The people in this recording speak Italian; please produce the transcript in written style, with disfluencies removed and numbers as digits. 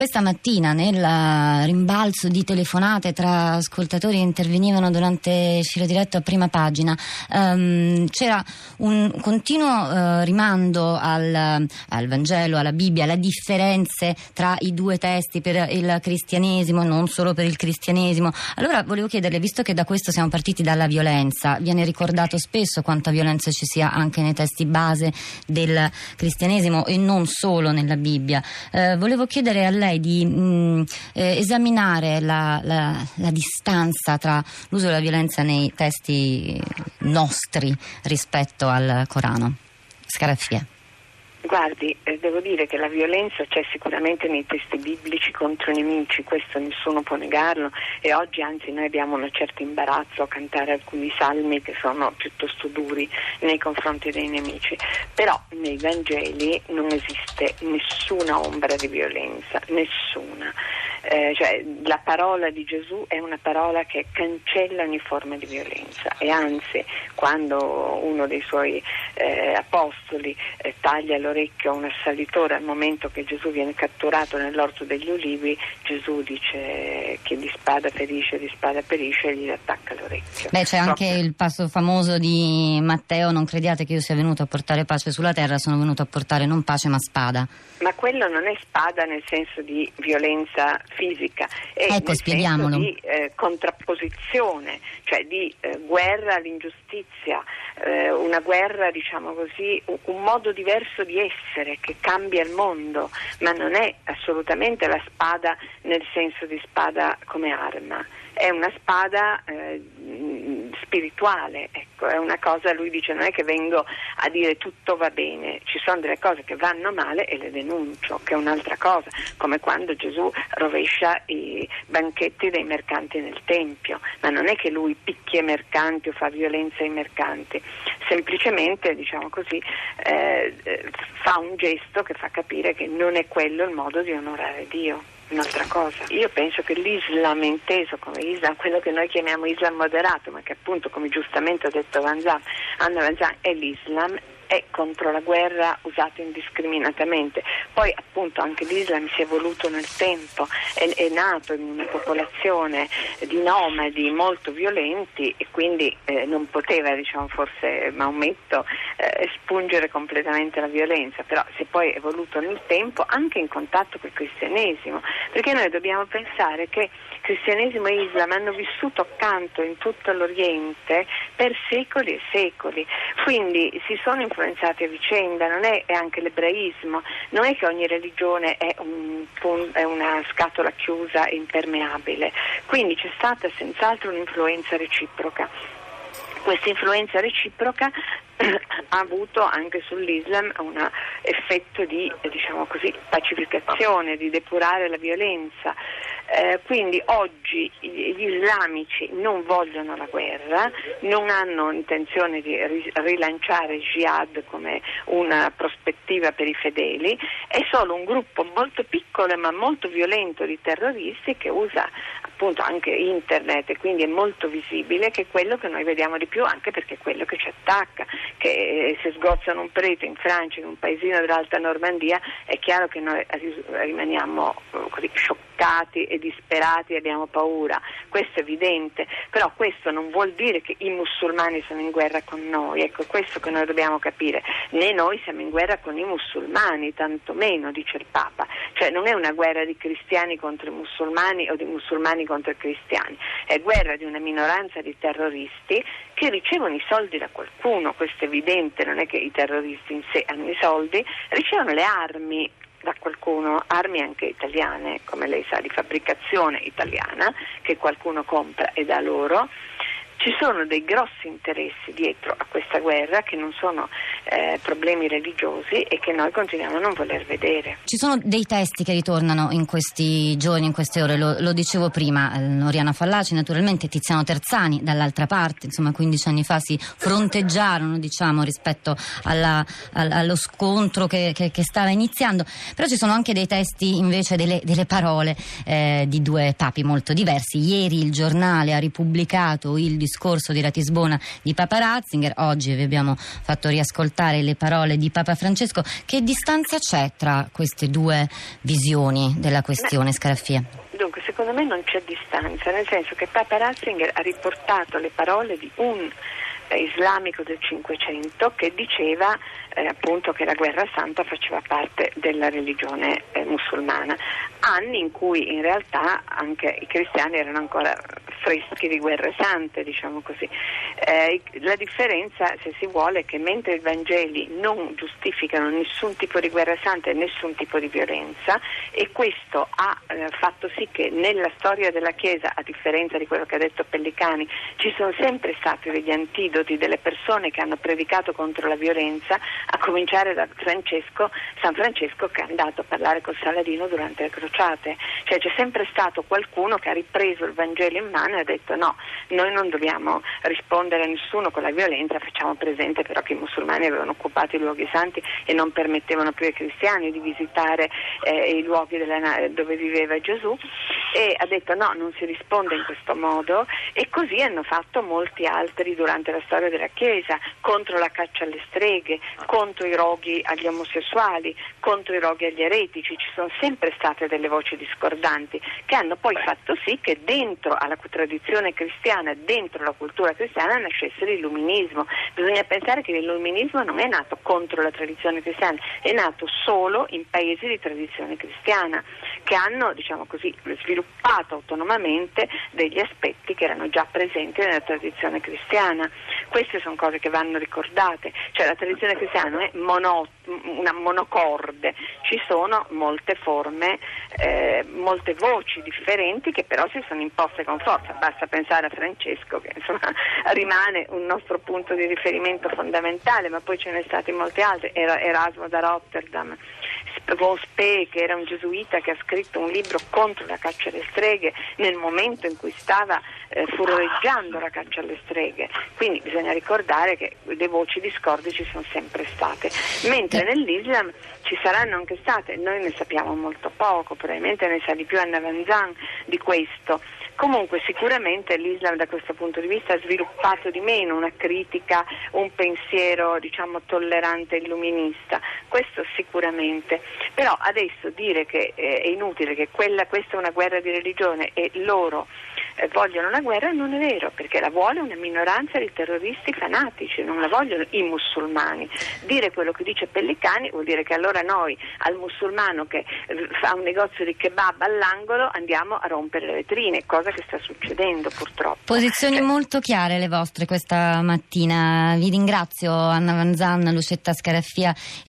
Questa mattina, nel rimbalzo di telefonate tra ascoltatori che intervenivano durante il filo diretto a Prima Pagina, c'era un continuo rimando al Vangelo, alla Bibbia, alle differenze tra i due testi per il cristianesimo, non solo per il cristianesimo. Allora volevo chiederle, visto che da questo siamo partiti dalla violenza, viene ricordato spesso quanta violenza ci sia anche nei testi base del cristianesimo e non solo nella Bibbia. Volevo chiedere a lei di esaminare la distanza tra l'uso della violenza nei testi nostri rispetto al Corano. Scarafia. Guardi, devo dire che la violenza c'è sicuramente nei testi biblici contro i nemici, questo nessuno può negarlo, e oggi anzi noi abbiamo un certo imbarazzo a cantare alcuni salmi che sono piuttosto duri nei confronti dei nemici, però nei Vangeli non esiste nessuna ombra di violenza, nessuna. Cioè la parola di Gesù è una parola che cancella ogni forma di violenza, e anzi quando uno dei suoi apostoli taglia l'orecchio a un assalitore al momento che Gesù viene catturato nell'orto degli Ulivi, Gesù dice che di spada perisce e gli attacca l'orecchio. C'è anche il passo famoso di Matteo: non crediate che io sia venuto a portare pace sulla terra, sono venuto a portare non pace ma spada. Ma quello non è spada nel senso di violenza fisica, è nel spieghiamolo. senso di contrapposizione, cioè di guerra all'ingiustizia, una guerra, diciamo così, un modo diverso di essere che cambia il mondo, ma non è assolutamente la spada nel senso di spada come arma, è una spada spirituale, ecco, è una cosa, lui dice, non è che vengo a dire tutto va bene, ci sono delle cose che vanno male e le denuncio, che è un'altra cosa, come quando Gesù rovescia i banchetti dei mercanti nel Tempio, ma non è che lui picchia i mercanti o fa violenza ai mercanti, semplicemente, diciamo così, fa un gesto che fa capire che non è quello il modo di onorare Dio. Un'altra cosa, io penso che l'Islam inteso come Islam, quello che noi chiamiamo Islam moderato, ma che appunto, come giustamente ha detto Anna Van Zandt, è l'Islam, è contro la guerra usata indiscriminatamente. Poi appunto anche l'Islam si è evoluto nel tempo, è nato in una popolazione di nomadi molto violenti e quindi non poteva, diciamo, forse Maometto espungere completamente la violenza, però si è poi evoluto nel tempo anche in contatto col cristianesimo, perché noi dobbiamo pensare che cristianesimo e Islam hanno vissuto accanto in tutto l'Oriente per secoli e secoli, quindi si sono influenzati a vicenda, non è anche l'ebraismo, non è che ogni religione è una scatola chiusa e impermeabile, quindi c'è stata senz'altro un'influenza reciproca. Questa influenza reciproca ha avuto anche sull'Islam un effetto di, diciamo così, pacificazione, di depurare la violenza. Quindi oggi gli islamici non vogliono la guerra, non hanno intenzione di rilanciare il jihad come una prospettiva per i fedeli, è solo un gruppo molto piccolo ma molto violento di terroristi che usa appunto anche internet e quindi è molto visibile, che è quello che noi vediamo di più, anche perché è quello che ci attacca, che se sgozzano un prete in Francia, in un paesino dell'Alta Normandia, è chiaro che noi rimaniamo così scioccati e disperati e abbiamo paura, questo è evidente, però questo non vuol dire che i musulmani sono in guerra con noi, ecco, questo che noi dobbiamo capire, né noi siamo in guerra con i musulmani, tanto meno, dice il Papa, cioè non è una guerra di cristiani contro i musulmani o di musulmani contro i cristiani, è guerra di una minoranza di terroristi che ricevono i soldi da qualcuno, questo è evidente, non è che i terroristi in sé hanno i soldi, ricevono le armi da qualcuno, armi anche italiane, come lei sa, di fabbricazione italiana, che qualcuno compra e dà loro. Ci sono dei grossi interessi dietro a questa guerra che non sono problemi religiosi e che noi continuiamo a non voler vedere. Ci sono dei testi che ritornano in questi giorni, in queste ore, lo dicevo prima, Oriana Fallaci, naturalmente Tiziano Terzani, dall'altra parte, insomma 15 anni fa si fronteggiarono, diciamo, rispetto allo scontro che stava iniziando, però ci sono anche dei testi invece delle parole di due papi molto diversi. Ieri il Giornale ha ripubblicato il discorso discorso di Ratisbona di Papa Ratzinger. Oggi vi abbiamo fatto riascoltare le parole di Papa Francesco. Che distanza c'è tra queste due visioni della questione, Scaraffia? Dunque, secondo me non c'è distanza, nel senso che Papa Ratzinger ha riportato le parole di un islamico del Cinquecento che diceva appunto che la guerra santa faceva parte della religione musulmana, anni in cui in realtà anche i cristiani erano ancora freschi di guerre sante, diciamo così. La differenza, se si vuole, è che mentre i Vangeli non giustificano nessun tipo di guerra santa e nessun tipo di violenza, e questo ha fatto sì che nella storia della Chiesa, a differenza di quello che ha detto Pellicani, ci sono sempre stati degli antidoti, delle persone che hanno predicato contro la violenza, a cominciare da San Francesco, che è andato a parlare con Saladino durante le crociate. Cioè c'è sempre stato qualcuno che ha ripreso il Vangelo in mano e ha detto no, noi non dobbiamo rispondere a nessuno con la violenza, facciamo presente però che i musulmani avevano occupato i luoghi santi e non permettevano più ai cristiani di visitare i luoghi dove viveva Gesù, e ha detto no, non si risponde in questo modo, e così hanno fatto molti altri durante la storia della Chiesa, contro la caccia alle streghe, contro i roghi agli omosessuali, contro i roghi agli eretici. Ci sono sempre state delle voci discordanti che hanno poi fatto sì che dentro alla tradizione cristiana, dentro la cultura cristiana, nascesse l'illuminismo. Bisogna pensare che l'illuminismo non è nato contro la tradizione cristiana, è nato solo in paesi di tradizione cristiana che hanno, diciamo così, sviluppato autonomamente degli aspetti che erano già presenti nella tradizione cristiana. Queste sono cose che vanno ricordate, cioè la tradizione cristiana non è una monocorde, ci sono molte forme, molte voci differenti che però si sono imposte con forza. Basta pensare a Francesco, che insomma rimane un nostro punto di riferimento fondamentale, ma poi ce ne stati molti altri. Erasmo da Rotterdam, von Spee, che era un gesuita che ha scritto un libro contro la caccia alle streghe nel momento in cui stava furoreggiando la caccia alle streghe. Quindi bisogna ricordare che le voci discorde ci sono sempre state, mentre nell'Islam ci saranno anche state, noi ne sappiamo molto poco, probabilmente ne sa di più Anna Van Zan di questo. Comunque sicuramente l'Islam da questo punto di vista ha sviluppato di meno una critica, un pensiero diciamo tollerante e illuminista, questo sicuramente. Però adesso dire che è inutile, che questa è una guerra di religione e loro vogliono la guerra, non è vero, perché la vuole una minoranza di terroristi fanatici, non la vogliono i musulmani. Dire quello che dice Pellicani vuol dire che allora noi al musulmano che fa un negozio di kebab all'angolo andiamo a rompere le vetrine, cosa che sta succedendo purtroppo. Posizioni molto chiare le vostre questa mattina. Vi ringrazio Anna Van Zan, Lucetta Scaraffia